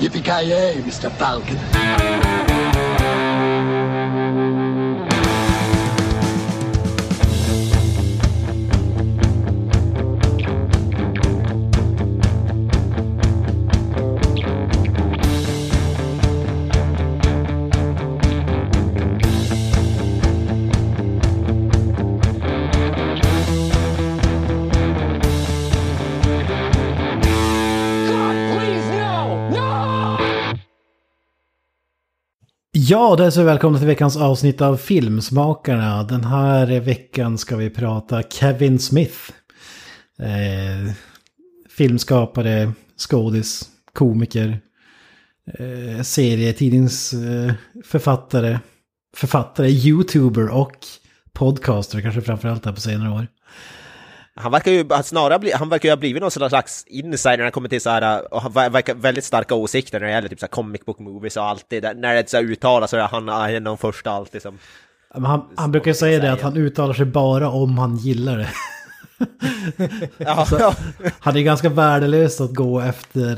Yippee-ki-yay, Mr. Falcon. Ja, det är så välkomna till veckans avsnitt av Filmsmakarna. Den här veckan ska vi prata Kevin Smith. Filmskapare, skådis, komiker, serietidningsförfattare, youtuber och podcaster, kanske framförallt här på senare år. Han verkar ju ha blivit någon slags insider när det kommer till så här, och han verkar väldigt starka åsikter när det gäller typ så här comic book movies och allt det. När det så här uttalas så är han de första alltid som... Han brukar säga det att han uttalar sig bara om han gillar det. Ja, Han är ganska värdelöst att gå efter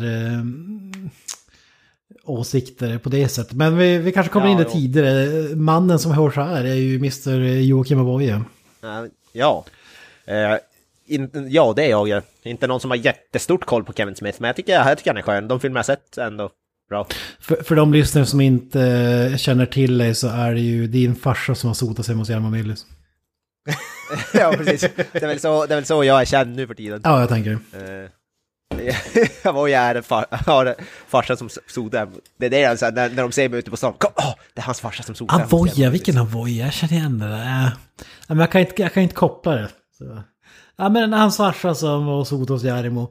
åsikter på det sättet. Men vi kanske kommer in det tidigare. Mannen som hörs här är ju Mr. Joakim Avoya. Ja. Ja, det är jag. Inte någon som har jättestort koll på Kevin Smith, men jag tycker han är skön. De filmer jag sett ändå bra. För de lyssnare som inte känner till dig så är det ju din farsa som har sotat sig mot Hjalmar Millys. Ja, precis. Det är väl så jag är känd nu för tiden. Ja, jag tänker. Jag var ju har farsan som sotar. Det är det alltså, när de ser mig ute på stan. Det är hans farsa som sotar. Avoya, vilken Avoya? Jag känner igen det där. Men jag kan inte koppla det. Så. Ja, men hans farsa som var sot hos Jarmo.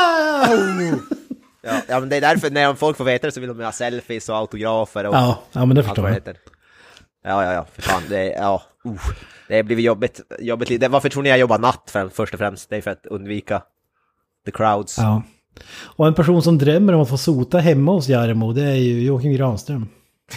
Ja, men det är därför när folk får veta det så vill de ha selfies och autografer och ja, men det förstår jag. Ja, för fan, det har blivit jobbigt. Varför tror ni jag jobbar natt först och främst? Det är för att undvika the crowds. Ja. Och en person som drömmer om att få sota hemma hos Jarmo, det är ju Joakim Granström.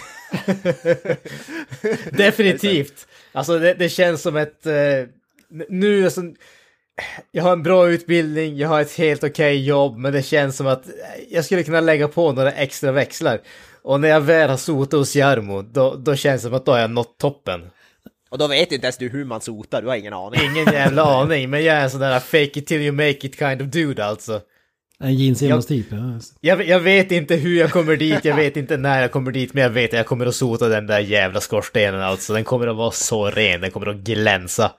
Definitivt. Alltså det känns som ett... Nu alltså, jag har en bra utbildning, jag har ett helt okej jobb, men det känns som att jag skulle kunna lägga på några extra växlar. Och när jag väl har sotat hos Jarmo, då känns det som att då har jag nått toppen. Och då vet inte ens du hur man sotar, du har ingen aning. Ingen jävla aning, men jag är en sån där fake it till you make it kind of dude alltså. En jeans-typ. Jag vet inte hur jag kommer dit, jag vet inte när jag kommer dit, men jag vet att jag kommer att sota den där jävla skorstenen alltså. Den kommer att vara så ren, den kommer att glänsa.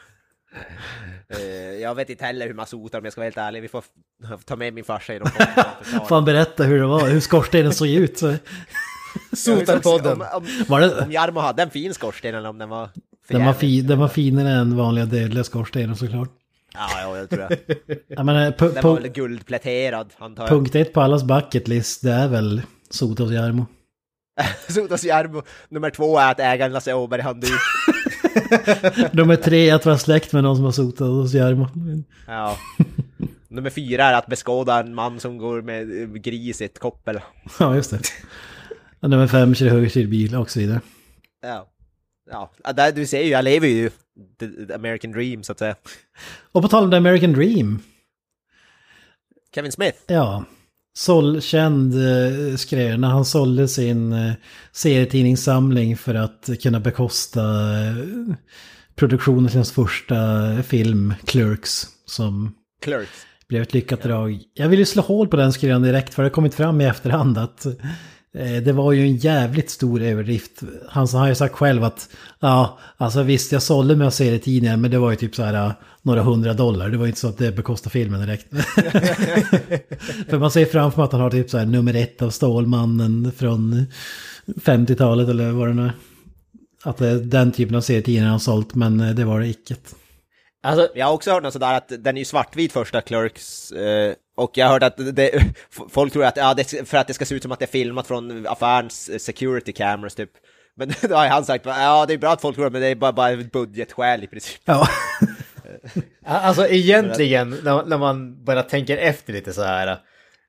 Jag vet inte heller hur man sotar, om jag ska vara helt ärlig. Vi får ta med min farsa i de Fan, berätta hur det var, hur skorstenen såg ut. Så. Sotarpodden. Om Jarmo hade en fin skorsten eller om den var... Den var finare än vanliga dödliga skorstenen såklart. Ja, jag tror jag. Jag menar, den var väl guldpläterad, antar jag. Punkt 1 på allas bucket list, det är väl sota hos Jarmo. Sota hos Jarmo. Nummer 2 är att ägaren Lasse Åberg han dyr. Nummer 3 är att vara släkt med någon som har sotat hos Jarmo. Ja. Nummer 4 är att beskåda en man som går med gris i ett koppel. Ja, just det. Och nummer 5 kör höger bil och så vidare. Ja, där, du ser ju, jag lever ju the American Dream så att säga. Och på tal om the American Dream. Kevin Smith. Ja, känd skrev när han sålde sin serietidningssamling för att kunna bekosta produktionen till hans första film, Clerks, som blev ett lyckat drag. Jag vill ju slå hål på den skriven direkt, för det har kommit fram i efterhand att det var ju en jävligt stor överdrift. Han har ju sagt själv att ja, alltså visst, jag sålde med serietidningar, men det var ju typ så här några $100. Det var ju inte så att det bekostade filmen direkt. För man ser framför att han har typ så här nummer 1 av Stålmannen från 50-talet eller vad det nu är. Att det är den typen av serietidningar han har sålt, men det var det icke. Alltså, jag har också hört något sådär att den är ju svartvit första Clerks, och jag har hört att folk tror att för att det ska se ut som att det är filmat från affärens security cameras typ. Men då har han sagt, ja det är bra att folk tror, men det är bara ett budgetskäl i princip. Ja. Alltså egentligen, när man bara tänker efter lite så här,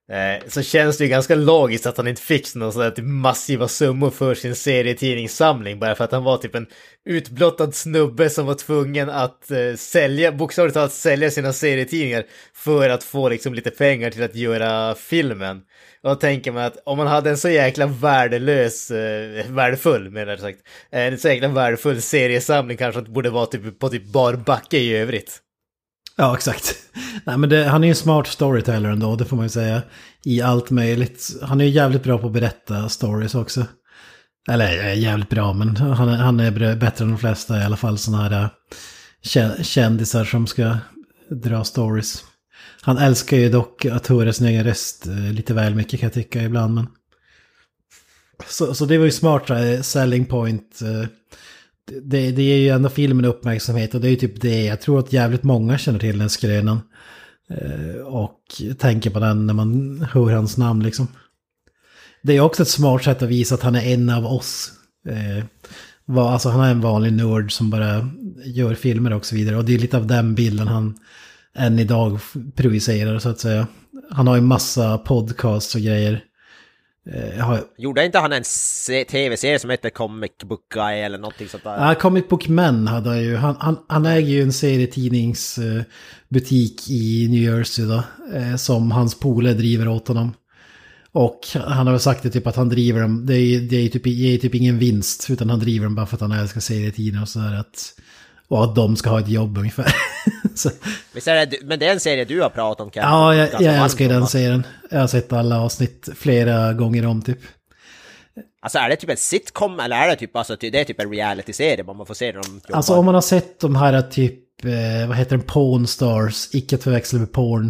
så känns det ju ganska logiskt att han inte fick någon sådär typ massiva summor för sin serietidningssamling, bara för att han var typ en utblottad snubbe som var tvungen att bokstavligt talat sälja sina serietidningar för att få liksom lite pengar till att göra filmen. Och då tänker man att om man hade en så jäkla värdefull menar jag sagt, en så jäkla värdefull seriesamling kanske inte borde vara typ på typ bar backe i övrigt. Ja, exakt. Nej, men han är ju en smart storyteller ändå, det får man ju säga. I allt möjligt. Han är ju jävligt bra på att berätta stories också. Eller jävligt bra, men han är bättre än de flesta, i alla fall såna här kändisar som ska dra stories. Han älskar ju dock att höra sin egen röst lite väl mycket, kan jag tycka ibland. Men... Så det var ju smart selling point. Det ger ju ändå filmen uppmärksamhet, och det är ju typ det. Jag tror att jävligt många känner till den skrönan. Och tänker på den när man hör hans namn liksom. Det är också ett smart sätt att visa att han är en av oss. Alltså han är en vanlig nörd som bara gör filmer och så vidare. Och det är lite av den bilden han än idag projicerar, så att säga. Han har ju massa podcasts och grejer. Gjorde inte han en tv-serie som heter Comic Book Guy eller någonting sånt där? Ja, Comic Book Men hade han ju. Han äger ju en serietidningsbutik i New Jersey då, som hans polare driver åt honom. Och han har väl sagt det typ att han driver dem, det är typ ingen vinst, utan han driver dem bara för att han älskar serietidningar och sådär, och att de ska ha ett jobb ungefär. Så. Men det är en serie du har pratat om, kanske? Ja, jag älskar ju den serien. Jag har sett alla avsnitt flera gånger om typ. Alltså är det typ en sitcom, eller är det typ, alltså, det är typ en reality-serie, man får se dem jobba? Alltså om man har sett de här typ, vad heter den, Pawn Stars, icke att förväxla med porn.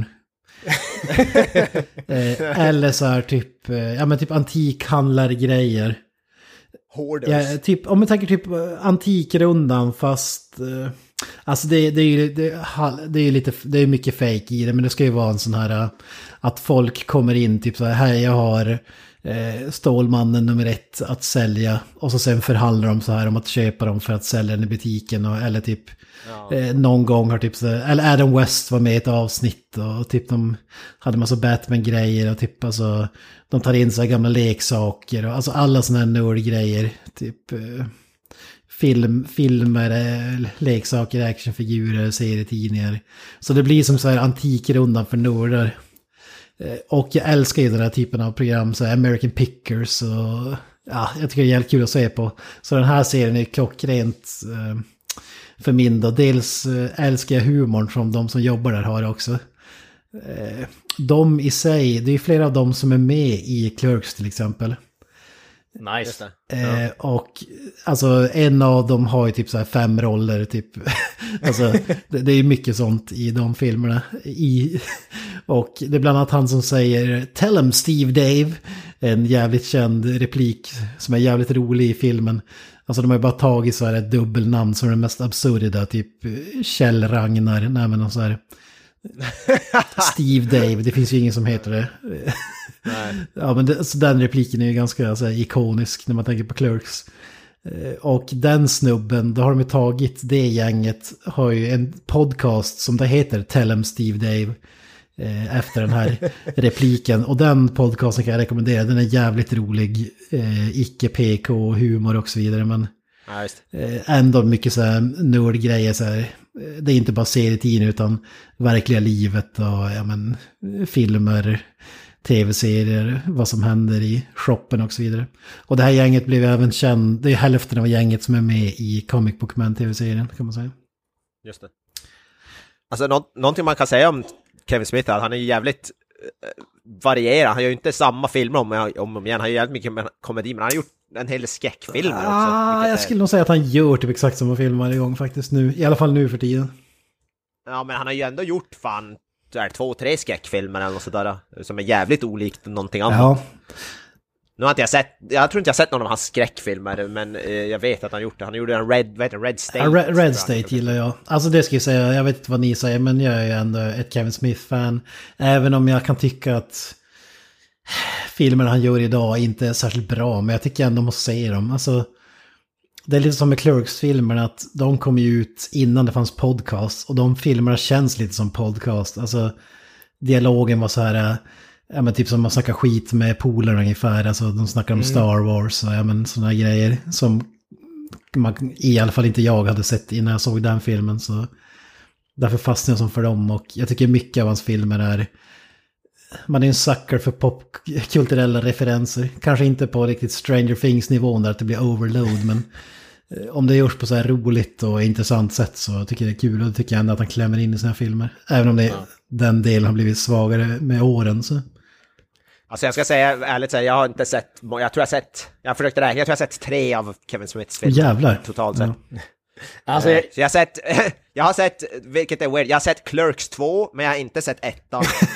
Eller så här typ, ja men typ antikhandlargrejer. Ja, typ, om man tänker typ antikrundan, fast alltså det är lite, det är mycket fake i det, men det ska ju vara en sån här att folk kommer in typ så här jag har Stålmannen nummer 1 att sälja, och så sen förhandlar de så här om att köpa dem för att sälja den i butiken, eller typ någon gång har typ så, eller Adam West var med i ett avsnitt och typ de hade massa Batman-grejer och typ alltså de tar in så här gamla leksaker och alltså alla såna här nördgrejer, typ filmer, leksaker, actionfigurer, serietidningar. Så det blir som så här antikrundan för nördar. Och jag älskar ju den här typen av program, så American Pickers, och ja, jag tycker det är jävligt kul att se på. Så den här serien är klockrent för min då. Dels älskar jag humorn som de som jobbar där har också. De i sig, det är flera av dem som är med i Clerks till exempel. Nice. Och alltså en av dem har ju typ så här 5 roller typ. Alltså det är mycket sånt i de filmerna. Och det är bland annat han som säger "Tell him Steve Dave", en jävligt känd replik som är jävligt rolig i filmen. Alltså de har ju bara tagit så här ett dubbelnamn som är det mest absurda, typ Kjell Ragnar, nej men så här Steve Dave, det finns ju ingen som heter det. Nej. Ja, men så den repliken är ju ganska så här ikonisk när man tänker på Clerks. Och den snubben, då har de ju tagit det gänget, har ju en podcast som det heter "Tell him Steve Dave", efter den här repliken. Och den podcasten kan jag rekommendera, den är jävligt rolig, icke-PK-humor och så vidare, men ändå mycket så här nördgrejer så här. Det är inte bara serietidningar utan verkliga livet och ja, men, filmer, tv-serier, vad som händer i shoppen och så vidare. Och det här gänget blev även känd, det är hälften av gänget som är med i Comic Book Man tv-serien, kan man säga. Just det. Alltså någonting man kan säga om Kevin Smith är att han är ju jävligt varierad. Han gör ju inte samma filmer om igen. Han gör jävligt mycket med komedi, men han har gjort en hel del skräckfilmer också. Jag skulle nog säga att han gör typ exakt samma film varje gång faktiskt nu. I alla fall nu för tiden. Ja, men han har ju ändå gjort 2-3 skräckfilmer eller något sådär som är jävligt olikt någonting annat. Ja. Nu har inte jag sett, jag tror inte jag sett någon av hans skräckfilmer, men jag vet att han gjort det. Han gjorde en Red State. Red State gillar jag. Alltså det ska jag säga, jag vet inte vad ni säger, men jag är ju ändå ett Kevin Smith-fan. Även om jag kan tycka att filmerna han gör idag inte är särskilt bra, men jag tycker ändå måste se dem. Alltså, det är lite som med Clerks-filmerna, att de kom ju ut innan det fanns podcast, och de filmerna känns lite som podcast. Alltså, dialogen var så här ja men typ som man snackar skit med polare ungefär, alltså de snackar om Star Wars och ja men sådana grejer som man, i alla fall inte jag hade sett innan jag såg den filmen, så därför fastnade jag som för dem, och jag tycker mycket av hans filmer är, man är en sucker för popkulturella referenser, kanske inte på riktigt Stranger Things-nivån där att det blir overload, men om det görs på så här roligt och intressant sätt så tycker jag det är kul, och det tycker jag ändå att han klämmer in i sina filmer. Även om den delen har blivit svagare med åren. Så. Alltså jag ska säga ärligt, jag har inte sett, jag försökte räkna, jag tror jag har sett 3 av Kevin Smiths filmer. Jävlar. Totalt sett. Ja. Alltså, så jag har sett, vilket är weird, jag har sett Clerks 2, men jag har inte sett 1.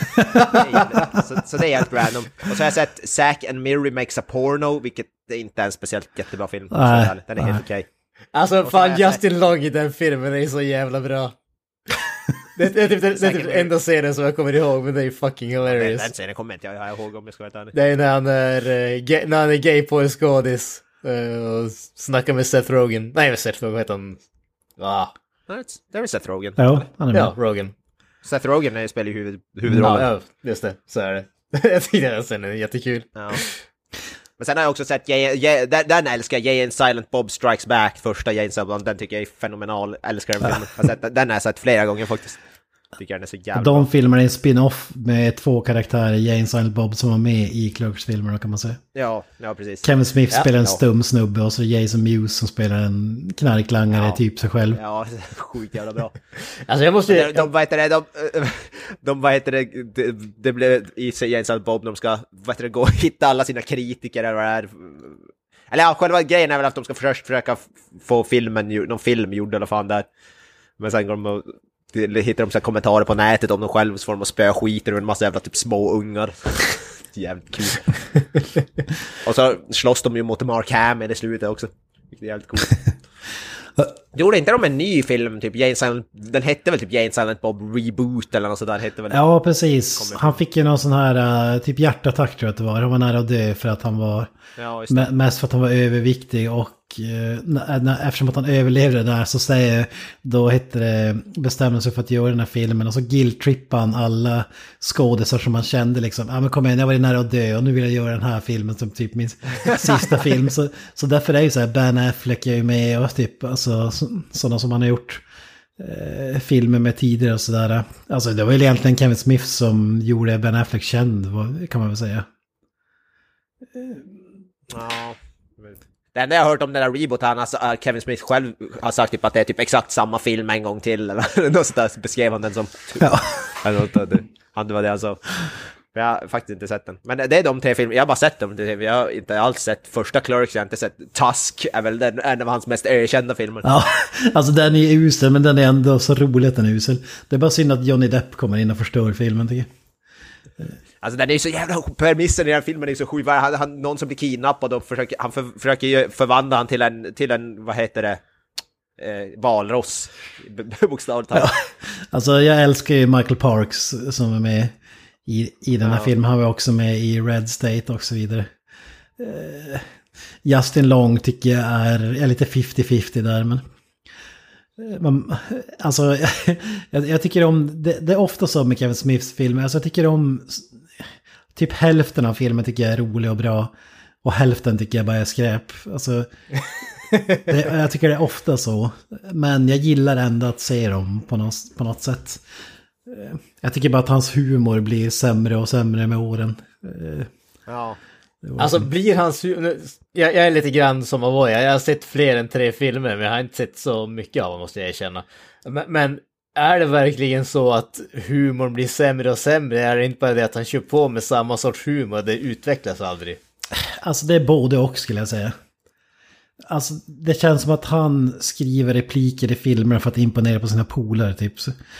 så det är helt random. Och så har jag sett Zack and Miri Makes a Porno, vilket är inte är en speciellt jättebra film. Den är helt okej. Alltså fan, Justin Long i den filmen är så jävla bra. Det är typ den enda scenen som jag kommer ihåg, men det är fucking hilarious. Den scenen kommer inte jag ihåg om jag ska vara. Det är när han är gay på en skådis och snackar med Seth Rogen. Nej, med Seth Rogen heter han. Det är Seth Rogen. Ja, han är med. Ja, Rogen. Seth Rogen spelar ju huvudrollen. Ja, just det. Så är det. Jag tycker den scenen är jättekul. Ja. Men sen har jag också sett, den älskar jag, Jay and Silent Bob Strikes Back, första Jay and Silent Bob, den tycker jag är fenomenal, älskar den filmen. Den har jag sett flera gånger faktiskt. Tycker den är så jävla de filmerna är en spin-off med 2 karaktärer, Jay and Silent Bob, som var med i Clerks-filmerna kan man säga. Ja, precis. Kevin Smith spelar en stum snubbe och så Jason Mewes som spelar en knarklangare, typ sig själv. Ja, sjukt jävla bra. Alltså jag måste... Det blev i Jay and Silent Bob, de ska gå och hitta alla sina kritiker eller vad det är. Eller ja, själva grejen är väl att de ska försöka få någon film gjord eller fan där. Men sen går de och hittar de så kommentarer på nätet om dem själv, så får de att spöa skiter och en massa jävla typ små ungar. Jävligt kul. Och så slåss de ju mot Mark Hamill i slutet också. Det är jävligt coolt. Gjorde inte de en ny film, typ den hette väl typ Jay and Silent Bob Reboot eller något sådär hette väl. Ja, precis. Han fick ju någon sån här typ hjärtattack tror jag att det var. Han var nära att dö för att han var mest för att han var överviktig, och eftersom att han överlevde där så säger då hette det bestämmelser för att göra den här filmen, och så guilt-trippade han alla skådespelare som man kände liksom, ja men kom igen, jag var nära att dö och nu vill jag göra den här filmen som typ min sista film, så därför är ju så här, Ben Affleck är ju med och typ alltså sådana som han har gjort filmer med tidigare och sådär. Alltså det var ju egentligen Kevin Smith som gjorde Ben Affleck känd, kan man väl säga. Ja. Det enda jag har hört om den där rebooten, alltså Kevin Smith själv har sagt typ att det är typ exakt samma film en gång till eller något sådär, beskrev han den som typ. Ja. Det var det alltså. Jag har faktiskt inte sett den. Men det är de 3 filmer, jag har bara sett dem. Jag har inte alls sett första Clerks, jag har inte sett Tusk, är väl en av hans mest erkända filmer. Ja, alltså den är usel, men den är ändå så rolig att den är usel. Det är bara synd att Johnny Depp kommer in och förstör filmen, tycker jag. Alltså den är ju så jävla, premissen i den här filmen är så sjuk. Någon som blir kidnappad och försöker förvandla han till en vad heter det? Valross. Bokstavligt talat. Ja, alltså jag älskar ju Michael Parks som är med i den här filmen. Han var också med i Red State och så vidare. Justin Long tycker jag är lite 50-50 där, men alltså jag tycker om det är ofta så med Kevin Smiths filmer. Alltså jag tycker om typ hälften av filmen tycker jag är rolig och bra, och hälften tycker jag bara är skräp. Alltså jag tycker det är ofta så, men jag gillar ändå att se dem på något sätt. Jag tycker bara att hans humor blir sämre och sämre med åren. Ja. Alltså blir hans humor... Jag är lite grann som Avoya. Jag har sett fler än 3 filmer, men jag har inte sett så mycket av dem, måste jag erkänna. Men är det verkligen så att humorn blir sämre och sämre? Är det inte bara det att han kör på med samma sorts humor, det utvecklas aldrig? Alltså det är både och, skulle jag säga. Alltså det känns som att han skriver repliker i filmer för att imponera på sina polare typ.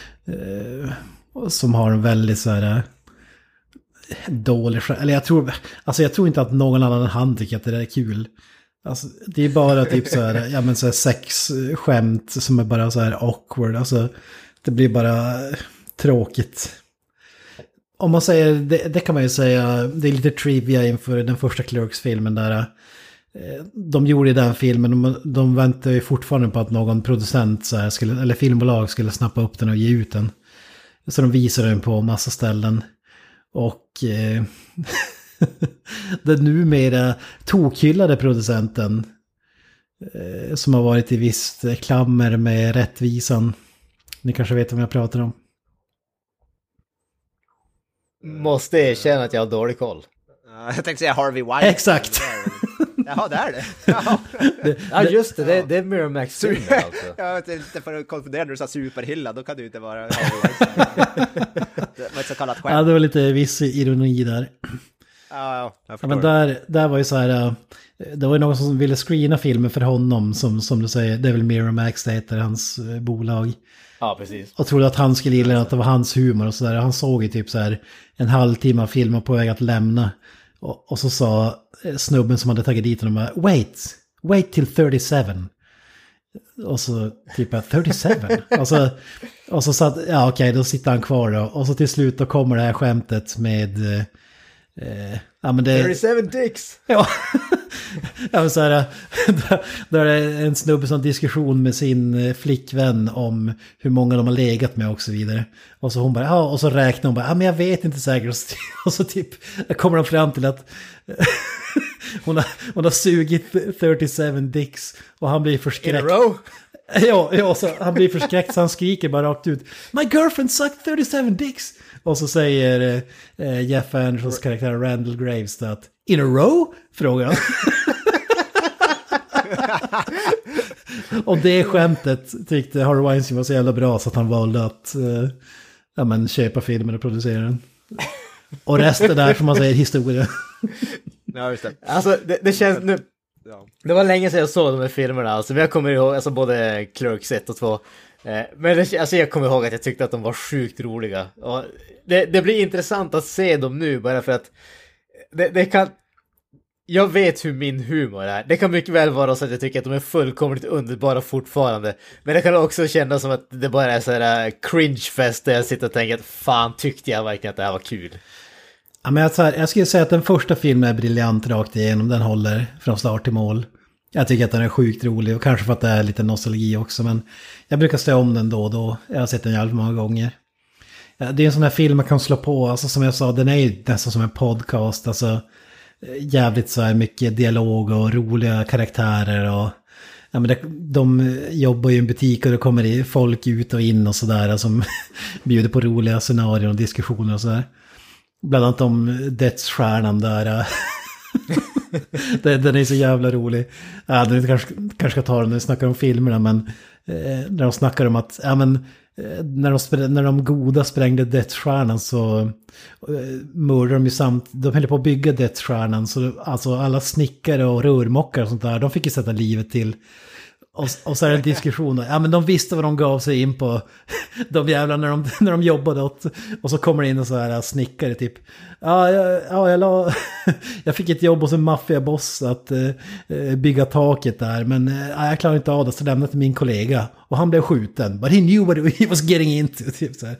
Som har en väldigt så här dålig... Eller jag tror inte att någon annan än han tycker att det där är kul. Alltså det är bara typ så här, ja men så här sexskämt som är bara så här awkward. Alltså det blir bara tråkigt. Om man säger, det kan man ju säga, det är lite trivia inför den första Clerks-filmen där. De gjorde den filmen, de väntar ju fortfarande på att någon producent så här eller filmbolag skulle snappa upp den och ge ut den. Så de visade den på massa ställen. Och den numera tokhyllade producenten som har varit i visst klammer med rättvisan. Ni kanske vet vad jag pratar om. Måste erkänna att jag har dålig koll. Jag tänkte säga Harvey Weinstein. Exakt. Jaha, det är det. Ja, just det. Det är Miramax alltså. Jag vet inte, för att konfundera när du sa superhylla, då kan du inte vara Harvey Weinstein. Det var ett så kallat skämt. Ja, det var lite viss ironi där. Ja, jag förstår. Men där var ju så här, det var ju någon som ville screena filmen för honom, som du säger, det är väl Miramax, det heter hans bolag. Ja, precis. Och trodde att han skulle gilla att det var hans humor och sådär. Han såg ju typ så här en halvtimme av filmen på väg att lämna. Och så sa snubben som hade tagit dit honom, wait till 37. Och så typ 37. och så satt, ja okej, då sitter han kvar då. Och så till slut då kommer det här skämtet med... ja, men det, 37 dicks! Ja, ja men så här, där är en snubbe som diskussion med sin flickvän om hur många de har legat med och så vidare. Och så hon bara, ja, och så räknar hon bara, ja men jag vet inte säkert. Och så typ kommer de fram till att hon har sugit 37 dicks och han blir förskräckt. In a row? Ja, så han blir förskräckt så han skriker bara rakt ut, my girlfriend sucked 37 dicks. Och så säger Jeff Andersons karaktär Randall Graves att in a row? Frågar han. Och det skämtet tyckte Harvey Weinstein var så jävla bra så att han valde att köpa filmen och producera den. Och resten där, som man säger, historia. Ja, just det. Alltså, det känns nu... Ja. Det var länge sedan jag såg de här filmerna, alltså, men jag kommer ihåg, alltså både Clerks 1 och 2. Men alltså, jag kommer ihåg att jag tyckte att de var sjukt roliga. Och det blir intressant att se dem nu, bara för att det kan... Jag vet hur min humor är. Det kan mycket väl vara så att jag tycker att de är fullkomligt underbara fortfarande. Men det kan också kännas som att det bara är så här cringe-fest där jag sitter och tänker att fan, tyckte jag verkligen att det här var kul. Ja, men jag skulle säga att den första filmen är briljant rakt igenom. Den håller från start till mål. Jag tycker att den är sjukt rolig och kanske för att det är lite nostalgi också. Men jag brukar stå om den då och då. Jag har sett den jävligt många gånger. Det är en sån här film man kan slå på. Alltså som jag sa, den är ju nästan som en podcast. Alltså jävligt så här mycket dialog och roliga karaktärer. Och ja, men de jobbar ju i en butik och det kommer folk ut och in och sådär. Som bjuder på roliga scenarier och diskussioner och sådär. Bland annat om dödsstjärnan där. Den är så jävla rolig. Ja, den kanske ska ta den när vi snackar om filmerna, men när de snackar om att ja, men, när de goda sprängde dödsstjärnan så mördade de ju de höll på att bygga dödsstjärnan, så alltså alla snickare och rörmockare och sånt där, de fick ju sätta livet till. Och så är det en diskussion. Ja, men de visste vad de gav sig in på. De jävlar när de jobbade åt. Och så kommer det in en så här snickare typ. Jag fick ett jobb hos en maffiaboss att bygga taket där. Men jag klarar inte av det, så lämnade till min kollega. Och han blev skjuten. But he knew what he was getting into. Typ så här.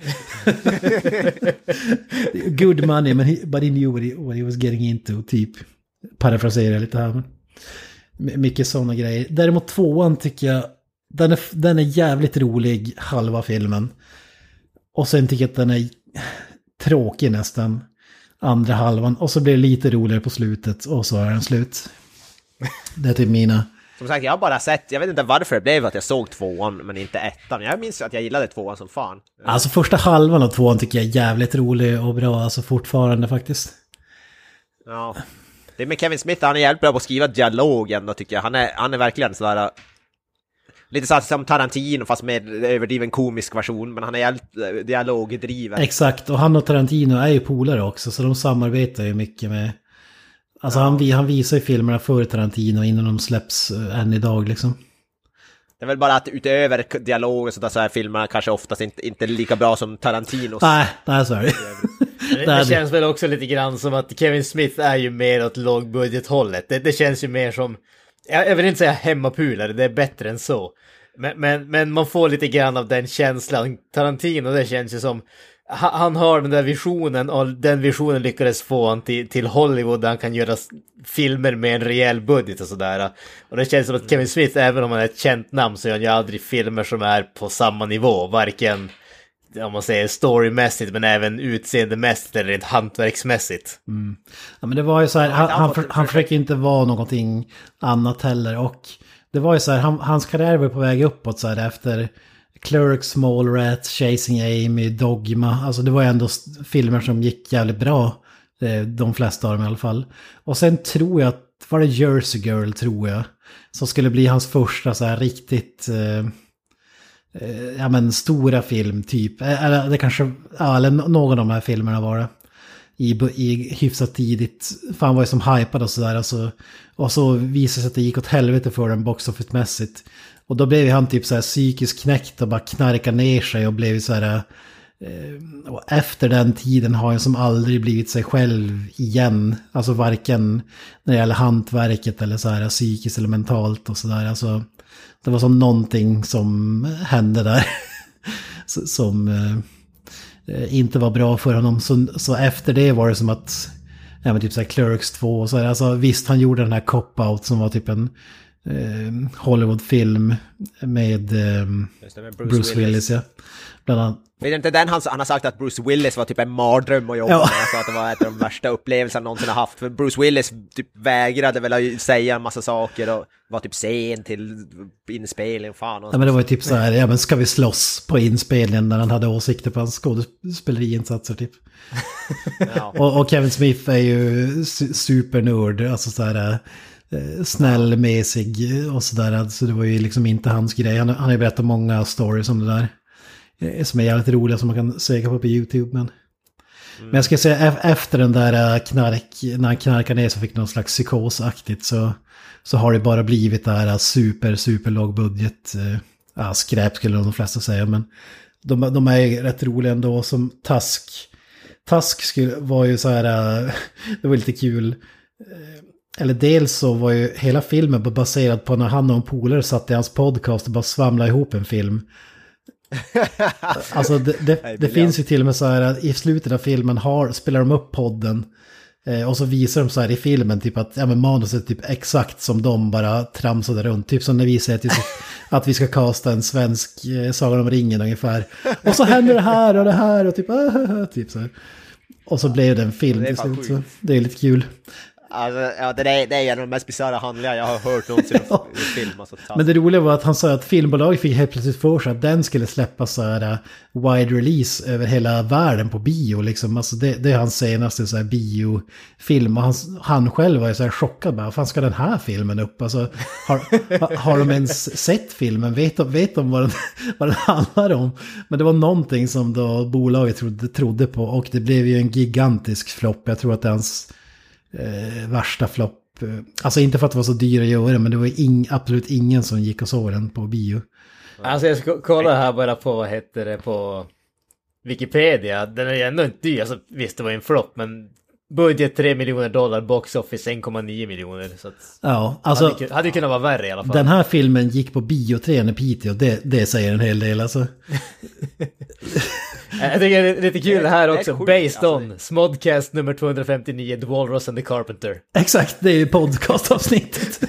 Good money, but he knew what he was getting into. Typ parafraserar lite här. Men mycket sådana grejer. Däremot tvåan tycker jag den är jävligt rolig halva filmen. Och sen tycker jag att den är tråkig nästan andra halvan. Och så blir det lite roligare på slutet och så är den slut. Det är typ mina. Som sagt, jag har bara sett, jag vet inte varför det blev att jag såg tvåan men inte ettan. Jag minns att jag gillade tvåan som fan. Alltså första halvan av tvåan tycker jag är jävligt rolig och bra, alltså fortfarande faktiskt. Ja. Det är med Kevin Smith, han är jävligt bra på att skriva dialog ändå, tycker jag. Han är verkligen sådär lite så som Tarantino fast med överdriven komisk version, men han är jävligt dialogdriven. Exakt, och han och Tarantino är ju polare också, så de samarbetar ju mycket med. Alltså han visar ju filmerna för Tarantino innan de släpps än idag liksom. Det är väl bara att utöver dialog och så här filmerna kanske oftast inte lika bra som Tarantinos. Nej, så är det. Det känns väl också lite grann som att Kevin Smith är ju mer åt lågbudgethållet. Det känns ju mer som, jag vill inte säga hemmapulare, det är bättre än så. Men man får lite grann av den känslan. Tarantino, det känns ju som, han har den där visionen, och den visionen lyckades få han till Hollywood där han kan göra filmer med en rejäl budget och sådär. Och det känns som att Kevin Smith, även om han är ett känt namn, så gör han ju aldrig filmer som är på samma nivå, varken om man säger storymässigt, men även utseendemässigt eller rent hantverksmässigt. Ja, men det var ju så här, han försöker inte vara någonting annat heller, och det var ju så här, hans karriär var på väg uppåt så här efter Clerks, Mallrats, Chasing Amy, Dogma. Alltså det var ju ändå filmer som gick jävligt bra. De flesta av dem i alla fall. Och sen tror jag att, var det Jersey Girl tror jag, som skulle bli hans första så här riktigt ja men stora film typ. Eller det kanske, ja, eller någon av de här filmerna var det. I hyfsat tidigt. Fan var ju som hypad och sådär. Alltså, och så visade sig att det gick åt helvete för den box office-mässigt. Och då blev han typ så här psykiskt knäckt och bara knarkade ner sig och blev så här. Och efter den tiden har han som aldrig blivit sig själv igen. Alltså varken när det gäller hantverket eller så här psykiskt eller mentalt och sådär. Alltså det var som någonting som hände där. som inte var bra för honom. Så efter det var det som att, ja men typ så här Clerks 2 och så här. Alltså visst, han gjorde den här Cop-Out som var typ en Hollywood-film med Bruce Willis, ja. Bland annat. Vet inte den han har sagt att Bruce Willis var typ en mardröm att jobba med, alltså att det var ett av de värsta upplevelserna någonsin har haft. För Bruce Willis typ vägrade väl att säga en massa saker och var typ sen till inspelning, fan. Ja men det var ju typ så här, ja men ska vi slåss på inspelningen när han hade åsikter på hans skådespelerinsatser typ. Ja. och Kevin Smith är ju supernörd, alltså så här snällmässig och sådär, alltså det var ju liksom inte hans grej. Han har ju berättat många stories om det där. Som är jävligt roliga som man kan söka på YouTube. Men jag ska säga efter den där när han knarkade ner så fick någon slags psykosaktigt så har det bara blivit det här super låg budget. Skräp skulle de flesta säga, men de är rätt roliga ändå, som Tusk var ju så här, det var lite kul. Eller dels så var ju hela filmen baserad på när han och en polare satt i hans podcast och bara svamlade ihop en film. Alltså det finns ju till och med så här att i slutet av filmen spelar de upp podden och så visar de så här i filmen typ att ja, men manuset är typ exakt som de bara tramsade runt, typ som när vi säger att vi ska kasta en svensk Sagan om ringen ungefär, och så händer det här och det här och typ så här. Och så blev det en film till slut, så det är lite kul. Alltså, ja, det är en av de mest bizarra handlingar jag har hört någonsin i film. Alltså, men det roliga var att han sa att filmbolaget fick helt plötsligt för sig att den skulle släppas så här wide release över hela världen på bio. Liksom. Alltså det är hans senaste så här biofilm. Och han själv var ju så här chockad. Vad fan ska den här filmen upp? Alltså, har de ens sett filmen? Vet de vad den handlar om? Men det var någonting som då bolaget trodde på. Och det blev ju en gigantisk flopp. Jag tror att det är hans värsta flopp. Alltså inte för att det var så dyr att göra, men det var absolut ingen som gick och såg den på bio. Alltså jag ska kolla här bara på, vad heter det, på Wikipedia. Den är ju ändå inte dyr. Alltså, visst, det var en flopp, men budget $3 miljoner, box office 1,9 miljoner. Så att ja, alltså hade ju kunnat vara värre i alla fall. Den här filmen gick på bio-3 i Piteå, det säger en hel del alltså. Jag tycker det är lite kul här också. Based on Smodcast nummer 259, The Walrus and the Carpenter. Exakt, det är ju podcastavsnittet.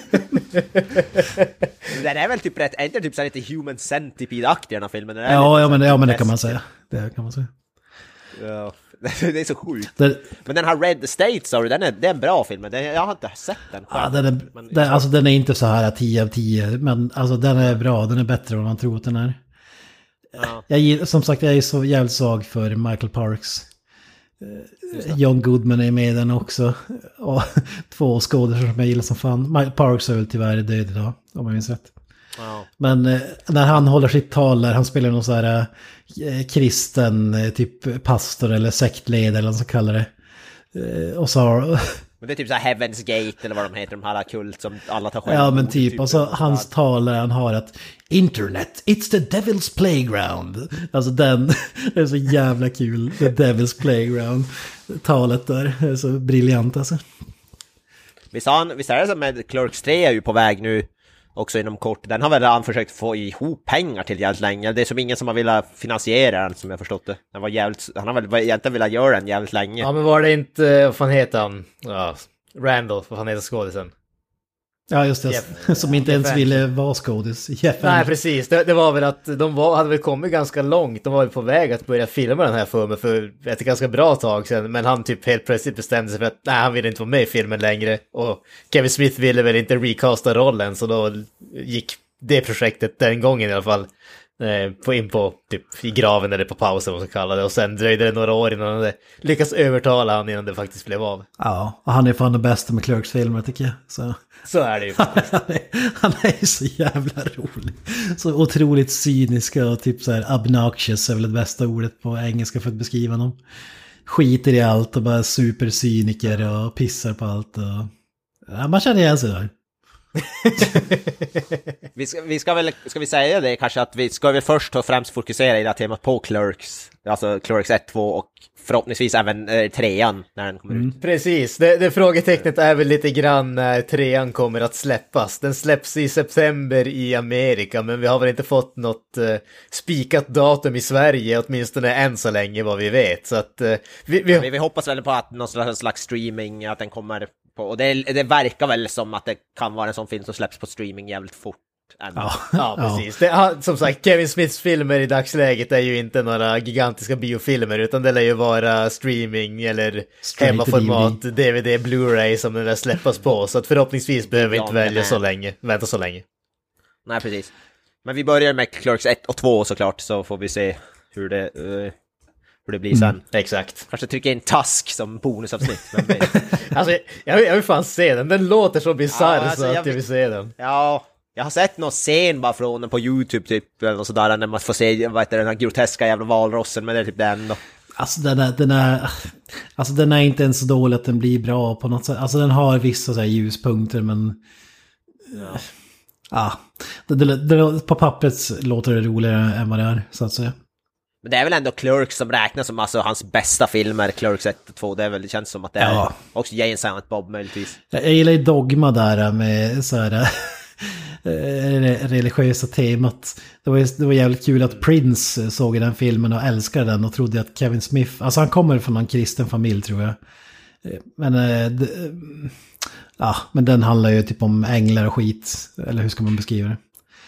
Den är väl typ rätt, är inte typ så lite Human Centipede-aktig den här filmen? Ja, men det kan man säga. Det kan man säga. Ja, det är så sjukt. Men den här Red State, sorry, det är en bra film. Jag har inte sett den. Ja, alltså den är inte så här 10 av 10, men alltså den är bra, den är bättre än vad man tror att den är. Ja. Som sagt, jag är så jävligt svag för Michael Parks. John Goodman är med i den också. Och 2 skådespelare som jag gillar som fan. Michael Parks är väl tyvärr död idag, om jag minns rätt. Wow. Men när han håller sitt tal där, han spelar någon så här kristen typ pastor eller sektledare eller vad man kallar det. Och så har... Men det är typ så här Heaven's Gate eller vad de heter, de här kult som alla tar själv. Ja, men typ alltså hans tal där han har att internet, it's the devil's playground. Alltså den är så jävla kul, the devil's playground. Talet där är så briljant alltså. Visst är det som med Clerks 3 är ju på väg nu också inom kort. Den har väl han försökt få ihop pengar till jävligt länge. Det är som ingen som har velat finansiera den, som jag förstått det. Han har väl egentligen velat göra den jävligt länge. Ja, men var det inte, vad fan heter han? Ja, Randall, vad fan heter skådisen? Ja, just det. Som inte ens ville vara skådis. Nej, precis. Det var väl att hade väl kommit ganska långt. De var väl på väg att börja filma den här filmen för ett ganska bra tag sedan. Men han typ helt plötsligt bestämde sig för att han ville inte vara med i filmen längre. Och Kevin Smith ville väl inte recasta rollen, så då gick det projektet den gången i alla fall in på typ i graven eller på pausen, vad man kallar det. Och sen dröjde det några år innan han lyckas övertala han innan det faktiskt blev av. Ja, och han är fan den bästa med Clerks-filmer, tycker jag. Så är det ju faktiskt. Han är så jävla rolig. Så otroligt cynisk och typ så här obnoxious är väl det bästa ordet på engelska för att beskriva honom. Skiter i allt och bara supercyniker och pissar på allt. Och... Ja, man känner igen sig där. Ska vi säga det kanske att vi ska väl först och främst fokusera i det här temat på Clerks. Alltså Clerks 1, 2 och förhoppningsvis även 3:an när den kommer ut. Precis, det frågetecknet är väl lite grann när 3:an kommer att släppas. Den släpps i september i Amerika, men vi har väl inte fått något spikat datum i Sverige, åtminstone än så länge vad vi vet. Så att, vi hoppas väl på att någon slags streaming, att den kommer på, och det verkar väl som att det kan vara en sån film som släpps på streaming jävligt fort. Ja, precis. Som sagt, Kevin Smiths filmer i dagsläget är ju inte några gigantiska biofilmer, utan det lär ju vara streaming eller hemmaformat, DVD, Blu-ray som den där släppas på. Så att förhoppningsvis behöver vi inte vänta så länge. Nej, precis. Men vi börjar med Clerks 1 och 2 såklart, så får vi se hur det blir sen. Exakt. Kanske trycka in Tusk som bonusavsnitt. Alltså, jag vill fan se den. Den låter så bizarr så att jag vill se den. Ja, jag har sett någon scen bara från den på YouTube typ, eller sådär, när man får se den här groteska jävla valrossen, men det är typ den då. Alltså den är inte ens så dålig att den blir bra på något sätt. Alltså den har vissa så här ljuspunkter, men på pappret låter det roligare än vad det är, så att säga. Men det är väl ändå Clerks som räknas som alltså hans bästa filmer, Clerks 1 och 2. Det känns som att det är också Jay and Silent Bob möjligtvis. Jag gillar ju Dogma där med så här religiösa temat. Det var jävligt kul att Prince såg i den filmen och älskade den och trodde att Kevin Smith, alltså han kommer från en kristen familj tror jag. Men den handlar ju typ om änglar och skit, eller hur ska man beskriva det?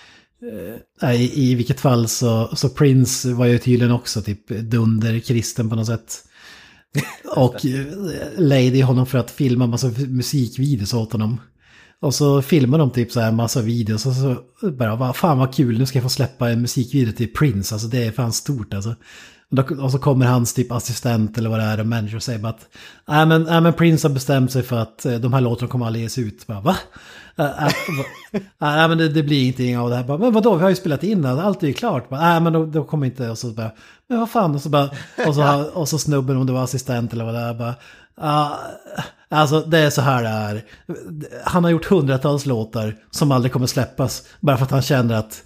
I vilket fall så Prince var ju tydligen också typ dunderkristen på något sätt. Och lejde honom för att filma massa musikvideos åt honom. Och så filmar de typ så här massa videos och så bara, fan vad kul, nu ska jag få släppa en musikvideo till Prince, alltså det är fan stort alltså. Och så kommer hans typ assistent eller vad det är och manager och säger bara att men Prince har bestämt sig för att de här låtarna kommer aldrig ges ut. Bara, va? Men det blir ingenting av det här. Bara, men vadå, vi har ju spelat in det, allt är ju klart. Bara, men då kommer inte, och så bara, men vad fan, och så snubben, om det var assistent eller vad det är, bara, alltså det är så här det är. Han har gjort hundratals låtar som aldrig kommer släppas, bara för att han känner att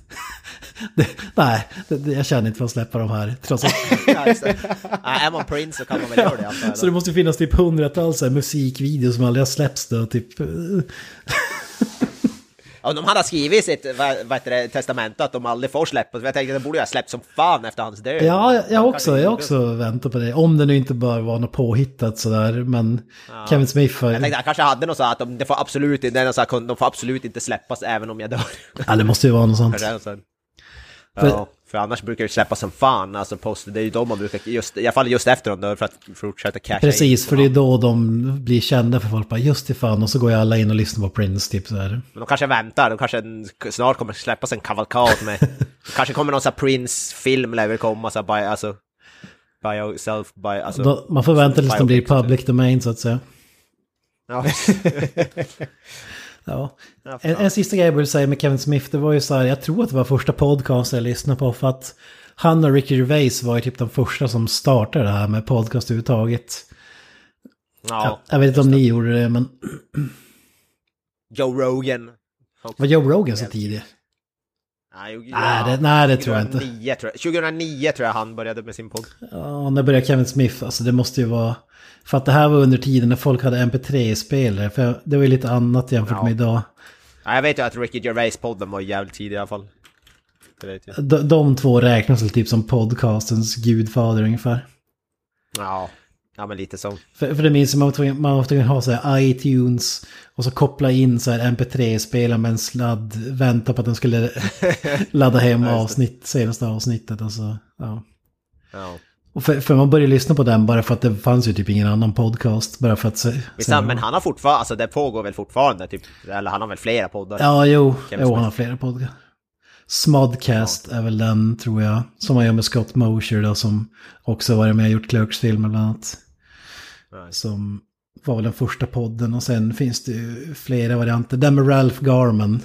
jag känner inte för att släppa de här, trots att är man Prince så kan man väl göra det alltså. Så det måste ju finnas typ hundratals musikvideos som aldrig har släppts då, typ. Ja, de hade skrivit sitt testament att de aldrig får släppa. Jag tänkte att det borde jag släppt som fan efter hans död. Ja, jag också väntar på det. Om det nu inte bara var något påhittat sådär, men Kevin Smith... Jag tänkte att han kanske hade något så att de får absolut inte släppas även om jag dör. Ja, det måste ju vara något sånt. För annars brukar det släppas som fan, alltså det är ju då man brukar, i alla fall just efter dem då, för att fortsätta casha. Precis, för det är då de blir kända för folk, bara just i fan, och så går ju alla in och lyssnar på Prince typ så här. Men de kanske väntar, de kanske snart kommer släppas en kavalkad med, kanske kommer någon sån här Prince-film lär väl komma, så här, by yourself, alltså, då, man får vänta tills de blir public domain så att säga. Ja. Ja. En sista grej jag vill säga med Kevin Smith, det var ju så här, jag tror att det var första podcast jag lyssnade på, för att han och Ricky Gervais var ju typ de första som startade det här med podcast överhuvudtaget. Ja, jag vet inte om ni gjorde det, men... Joe Rogan. Var Joe Rogan så tidig? Nej, det tror jag inte. 2009 tror jag han började med sin podd. Ja, när började Kevin Smith, alltså det måste ju vara... För att det här var under tiden när folk hade MP3-spelare, för det var ju lite annat jämfört med idag. Ja, jag vet ju att Ricky Gervais-podden var jävligt tidig i alla fall. De två räknas väl typ som podcastens gudfader ungefär. Ja. Ja, men lite så. För det minns man var tvungen ha så här iTunes och så koppla in så här MP3-spelare med en sladd, vänta på att den skulle ladda hem senaste avsnittet. Alltså, ja. Och för man började lyssna på den bara för att det fanns ju typ ingen annan podcast. Bara för att men han har fortfarande, alltså det pågår väl fortfarande typ, eller han har väl flera poddar? Ja, jo han har flera poddar. Smodcast är väl den, tror jag, som han gör med Scott Mosier då, som också varit med och gjort Clerks-filmer bland annat. Som var väl den första podden, och sen finns det ju flera varianter. Den med Ralph Garman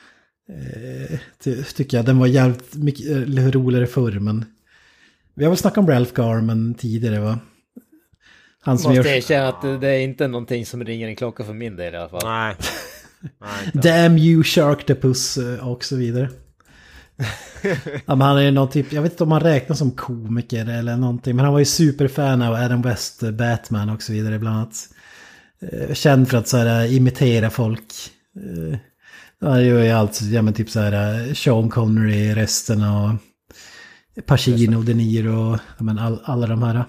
tycker jag, den var jävligt mycket roligare förr, men vi har väl snackat om Ralph Garman tidigare, va? Han som måste erkänna att det är inte någonting som ringer en klocka för min del i alla fall. Nej. Damn you Sharktopus och så vidare. Ja, men han är ju någon typ, jag vet inte om han räknas som komiker eller någonting, men han var ju superfan av Adam West, Batman och så vidare bland annat. Känd för att så här imitera folk. Han gör ju allt, ja men typ så här Sean Connery, resten och Pacino, De Niro, men alla de här.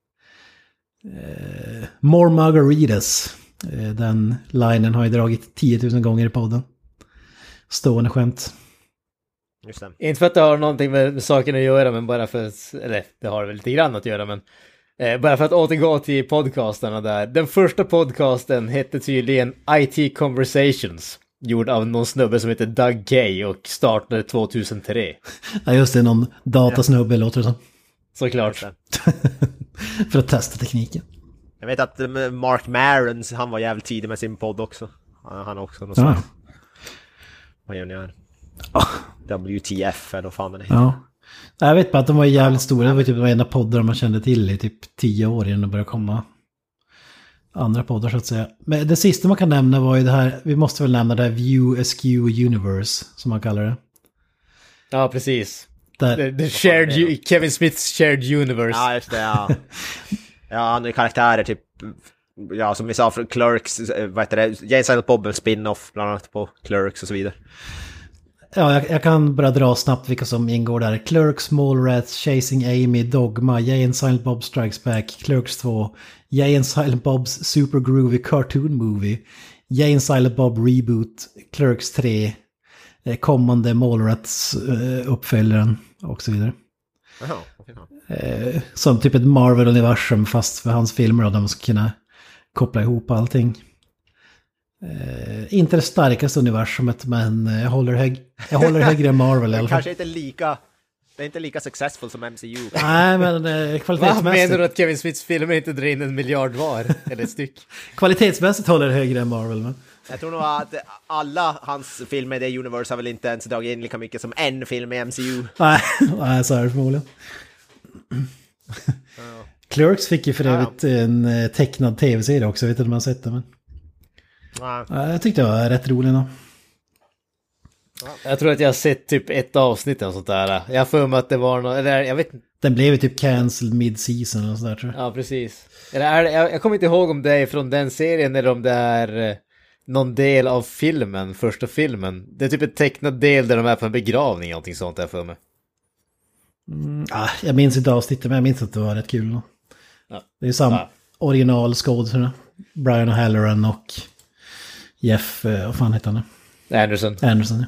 More Margaritas. Den linen har ju dragit 10 000 gånger i podden. Stående skämt. Just det. Inte för att det har någonting med saken att göra, men bara för att, eller det har väl lite grann att göra, men bara för att återgå till podcastarna där. Den första podcasten hette tydligen IT Conversations, gjord av någon snubbe som heter Doug Kay och startade 2003. Ja just det, någon datasnubbe låter det som. Såklart. För att testa tekniken. Jag vet att Mark Maron, han var jävligt tidig med sin podd också. Han har också något sånt. Vad gör ni här? WTF eller vad fan det heter. Ja. Jag vet bara att de var jävligt stora. Det var typ de enda poddar man kände till i typ 10 år innan det började komma andra poddar så att säga. Men det sista man kan nämna var ju det här, vi måste väl nämna det här View Askew Universe som man kallar det. Ja, precis. The shared Kevin Smiths shared universe. Ja, just det, ja. Ja, han är karaktärer typ, ja, som vi sa från Clerks, vad heter det, Jay Silent Bob, en spin-off bland annat på Clerks och så vidare. Ja, jag kan bara dra snabbt vilka som ingår där. Clerks, Mallrats, Chasing Amy, Dogma, Jay and Silent Bob Strikes Back, Clerks 2, Jay and Silent Bob's Super Groovy Cartoon Movie, Jay and Silent Bob Reboot, Clerks 3, kommande Mallrats uppföljaren och så vidare. Som typ ett Marvel-universum fast för hans filmer och de ska kunna koppla ihop allting. Inte det starkaste universumet, men jag håller högre än Marvel i alla fall. Kanske inte lika, det är inte lika successful som MCU. Nej, men kvalitetsmässigt. Vad menar du att Kevin Smiths filmer inte drar in 1 miljard var? Eller ett styck? Kvalitetsmässigt håller det högre än Marvel, men... Jag tror nog att alla hans filmer i det universe har väl inte ens dragit in lika mycket som en film i MCU. Nej, så är det förmodligen. Clerks fick ju för övrigt en tecknad tv-serie också, jag vet inte om man har sett det, men... Jag tyckte det var rätt roligt då. Jag tror att jag har sett typ ett avsnitt och sånt där. Jag får med att det var något, eller jag vet inte. Den blev ju typ cancelled mid-season och sådär, tror jag. Ja, precis. Eller jag kommer inte ihåg om det är från den serien eller om det är någon del av filmen, första filmen. Det är typ ett tecknad del där de är på en begravning eller någonting sånt där för mig. Jag minns inte avsnittet, men jag minns att det var rätt kul. Ja. Det är samma originalskådespelarna. Brian O'Halloran och Jeff, vad fan heter han? Anderson, ja.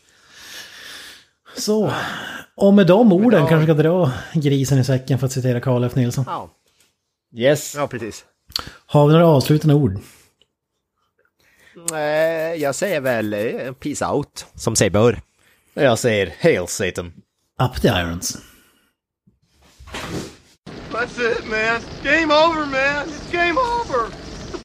Så, och med de orden kanske ska dra grisen i säcken för att citera Carl F. Nilsson. Ja. Yes. Ja, precis. Har vi några avslutande ord? Jag säger väl peace out, som sig bör. Jag säger hail Satan. Up the irons. That's it, man. Game over, man. It's game over.